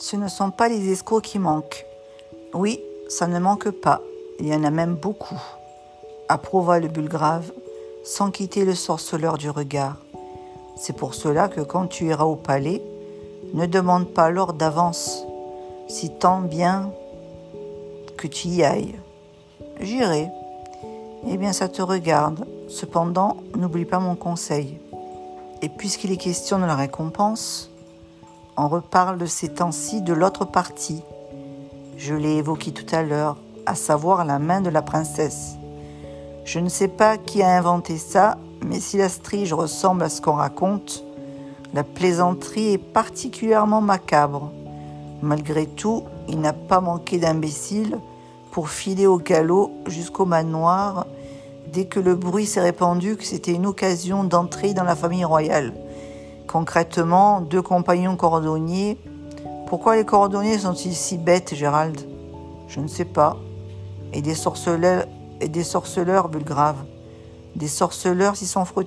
Ce ne sont pas les escrocs qui manquent. Oui, ça ne manque pas, il y en a même beaucoup, approuva le Bulgrave, sans quitter le sorceleur du regard. C'est pour cela que quand tu iras au palais, ne demande pas alors d'avance, si tant bien que tu y ailles. J'irai. Eh bien, ça te regarde. Cependant, n'oublie pas mon conseil. Et puisqu'il est question de la récompense, on reparle de ces temps-ci de l'autre partie. Je l'ai évoqué tout à l'heure, à savoir la main de la princesse. Je ne sais pas qui a inventé ça, mais si la strige ressemble à ce qu'on raconte, la plaisanterie est particulièrement macabre. Malgré tout, il n'a pas manqué d'imbéciles pour filer au galop jusqu'au manoir dès que le bruit s'est répandu que c'était une occasion d'entrer dans la famille royale. Concrètement, 2 compagnons cordonniers. Pourquoi les cordonniers sont-ils si bêtes, Gérald ? Je ne sais pas. Et des sorceleurs, Bulgrave. Des sorceleurs s'y sont frottés ?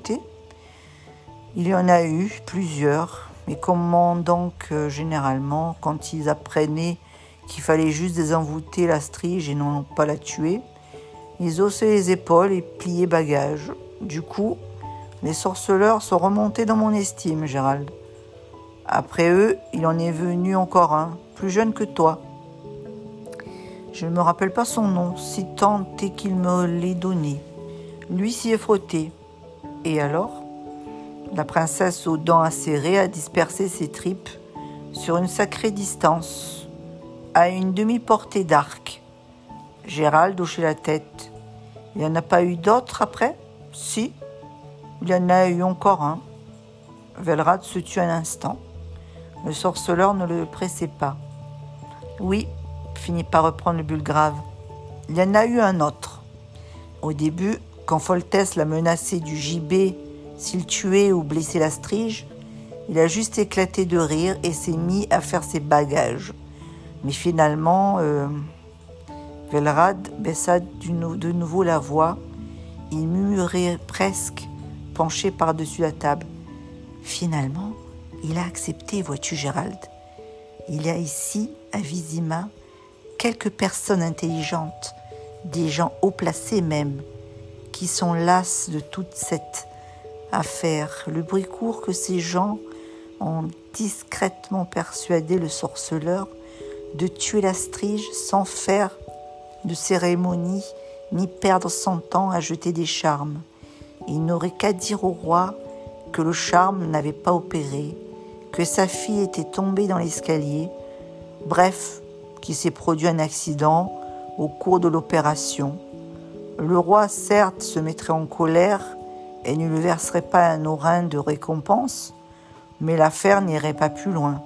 Il y en a eu plusieurs. Mais comment donc, généralement, quand ils apprenaient qu'il fallait juste désenvoûter la strige et non pas la tuer, ils haussaient les épaules et pliaient bagages. Du coup, les sorceleurs sont remontés dans mon estime, Gérald. Après eux, il en est venu encore un, plus jeune que toi. Je ne me rappelle pas son nom, si tant est qu'il me l'ait donné. Lui s'y est frotté. Et alors ? La princesse aux dents acérées a dispersé ses tripes sur une sacrée distance, à une demi-portée d'arc. Gérald hochait la tête. Il n'y en a pas eu d'autres après ? Si, il y en a eu encore un. Velrad se tut un instant. Le sorceleur ne le pressait pas. Oui, finit par reprendre le Bulgrave. Il y en a eu un autre. Au début, quand Foltès l'a menacé du gibet s'il tuait ou blessait la strige, il a juste éclaté de rire et s'est mis à faire ses bagages. Mais finalement, Velrad baissa de nouveau la voix. Il murmurait presque, penché par-dessus la table. Finalement, il a accepté, vois-tu, Gérald. Il y a ici, à Vizima, quelques personnes intelligentes, des gens haut placés même, qui sont lasses de toute cette affaire. Le bruit court que ces gens ont discrètement persuadé le sorceleur de tuer la strige sans faire de cérémonie ni perdre son temps à jeter des charmes. Il n'aurait qu'à dire au roi que le charme n'avait pas opéré, que sa fille était tombée dans l'escalier, bref, qu'il s'est produit un accident au cours de l'opération. Le roi, certes, se mettrait en colère et ne lui verserait pas un orin de récompense, mais l'affaire n'irait pas plus loin.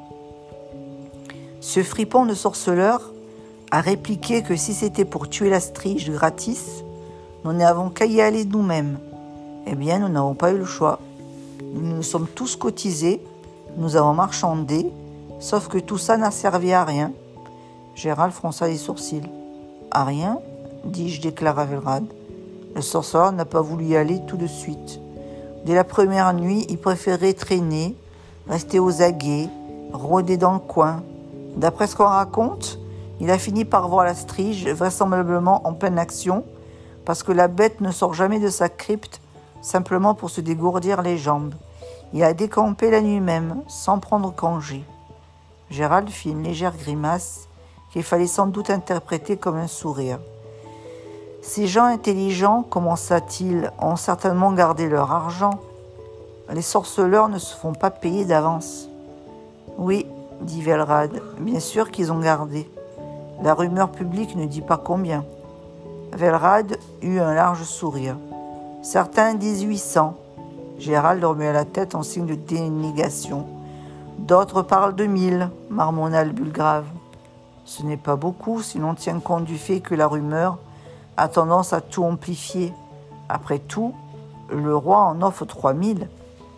Ce fripon de sorceleur a répliqué que si c'était pour tuer la strige gratis, nous n'avons qu'à y aller nous-mêmes. Eh bien, nous n'avons pas eu le choix. Nous nous sommes tous cotisés, nous avons marchandé, sauf que tout ça n'a servi à rien. Gérald fronça les sourcils. À rien, dis-je, déclara Velrad. Le sorceleur n'a pas voulu y aller tout de suite. Dès la première nuit, il préférait traîner, rester aux aguets, rôder dans le coin. D'après ce qu'on raconte, il a fini par voir la strige, vraisemblablement en pleine action, parce que la bête ne sort jamais de sa crypte, simplement pour se dégourdir les jambes. Il a décampé la nuit même, sans prendre congé. Gérald fit une légère grimace, qu'il fallait sans doute interpréter comme un sourire. Ces gens intelligents, commença-t-il, ont certainement gardé leur argent. Les sorceleurs ne se font pas payer d'avance. Oui, dit Velrad, bien sûr qu'ils ont gardé. La rumeur publique ne dit pas combien. Velrad eut un large sourire. Certains disent 800. Gérald remua la tête en signe de dénégation. D'autres parlent de 1000, marmonna le Bulgrave. Ce n'est pas beaucoup si l'on tient compte du fait que la rumeur a tendance à tout amplifier. Après tout, le roi en offre 3000.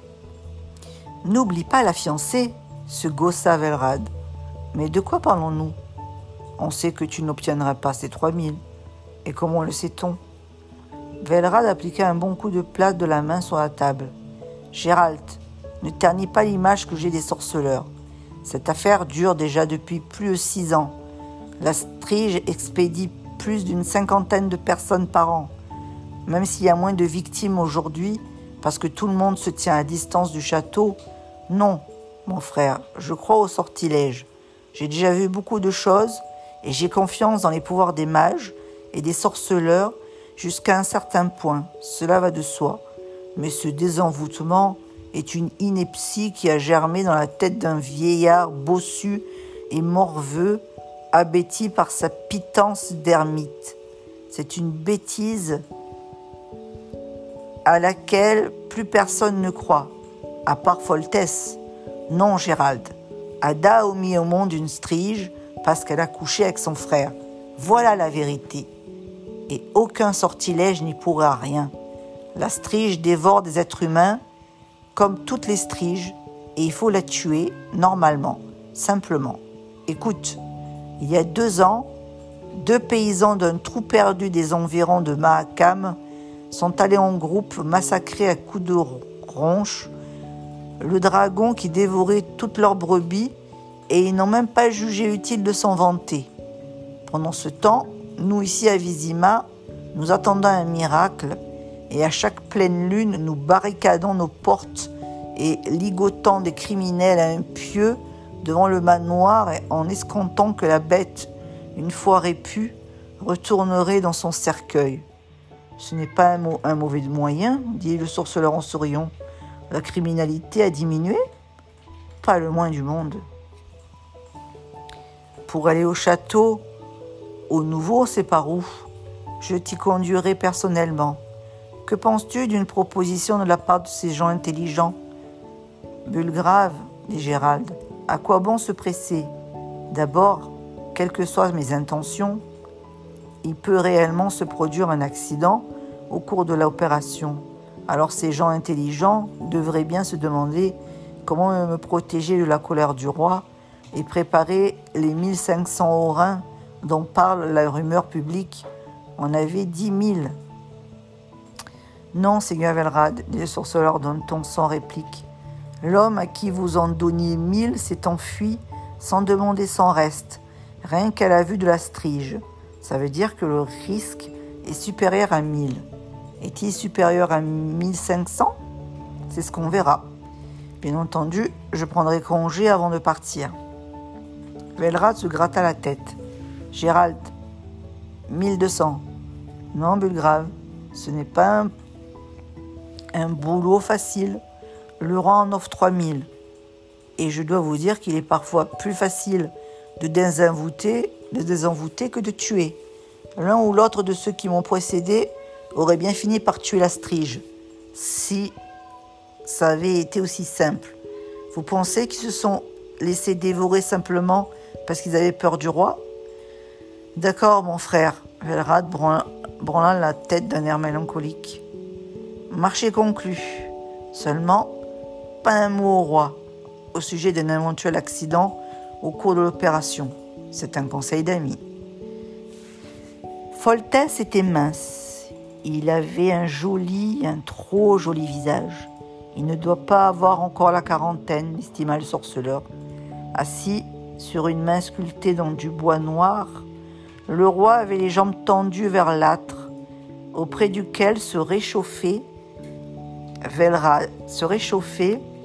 N'oublie pas la fiancée, se gaussa Velrad. Mais de quoi parlons-nous ? On sait que tu n'obtiendras pas ces 3000. Et comment le sait-on ? Velrad appliqua un bon coup de plate de la main sur la table. Gérald, ne ternis pas l'image que j'ai des sorceleurs. Cette affaire dure déjà depuis plus de 6 ans. La Strige expédie plus d'une 50aine de personnes par an. Même s'il y a moins de victimes aujourd'hui, parce que tout le monde se tient à distance du château, non, mon frère, je crois au sortilège. J'ai déjà vu beaucoup de choses et j'ai confiance dans les pouvoirs des mages et des sorceleurs jusqu'à un certain point. Cela va de soi. Mais ce désenvoûtement est une ineptie qui a germé dans la tête d'un vieillard bossu et morveux, abêti par sa pitance d'ermite. C'est une bêtise à laquelle plus personne ne croit, à part Foltès. Non, Gérald, Ada a mis au monde une Strige parce qu'elle a couché avec son frère. Voilà la vérité. Et aucun sortilège n'y pourra rien. La Strige dévore des êtres humains comme toutes les Striges et il faut la tuer normalement, simplement. Écoute, il y a 2 ans, 2 paysans d'un trou perdu des environs de Mahakam sont allés en groupe massacrer à coups de ronche le dragon qui dévorait toutes leurs brebis et ils n'ont même pas jugé utile de s'en vanter. Pendant ce temps, nous ici à Vizima, nous attendons un miracle et à chaque pleine lune, nous barricadons nos portes et ligotons des criminels à un pieu devant le manoir en escomptant que la bête, une fois répue, retournerait dans son cercueil. Ce n'est pas un mauvais moyen, dit le sorceleur en souriant. La criminalité a diminué? Pas le moins du monde. Pour aller au château, au nouveau, c'est par où? Je t'y conduirai personnellement. Que penses-tu d'une proposition de la part de ces gens intelligents? Bulgrave, dit Gérald, à quoi bon se presser? D'abord, quelles que soient mes intentions, il peut réellement se produire un accident au cours de l'opération. Alors ces gens intelligents devraient bien se demander comment me protéger de la colère du roi et préparer les 1500 orins dont parle la rumeur publique. On avait 10 000. Non, Seigneur Velrad, dit le sorceleur d'un ton sans réplique. L'homme à qui vous en donniez 1000 s'est enfui sans demander son reste, rien qu'à la vue de la Strige. Ça veut dire que le risque est supérieur à 1000. Est-il supérieur à 1500? C'est ce qu'on verra. Bien entendu, je prendrai congé avant de partir. Velrad se gratta la tête. Gérald, 1200. Non, Bulgrave, ce n'est pas un boulot facile. Le roi en offre 3000. Et je dois vous dire qu'il est parfois plus facile de désenvoûter que de tuer. L'un ou l'autre de ceux qui m'ont précédé aurait bien fini par tuer la Strige, si ça avait été aussi simple. Vous pensez qu'ils se sont laissés dévorer simplement parce qu'ils avaient peur du roi? D'accord, mon frère, Velrad branla la tête d'un air mélancolique. Marché conclu. Seulement, pas un mot au roi au sujet d'un éventuel accident au cours de l'opération. C'est un conseil d'ami. Foltès était mince. Il avait un trop joli visage. Il ne doit pas avoir encore la quarantaine, estima le sorceleur. Assis sur une main sculptée dans du bois noir, le roi avait les jambes tendues vers l'âtre, auprès duquel se réchauffait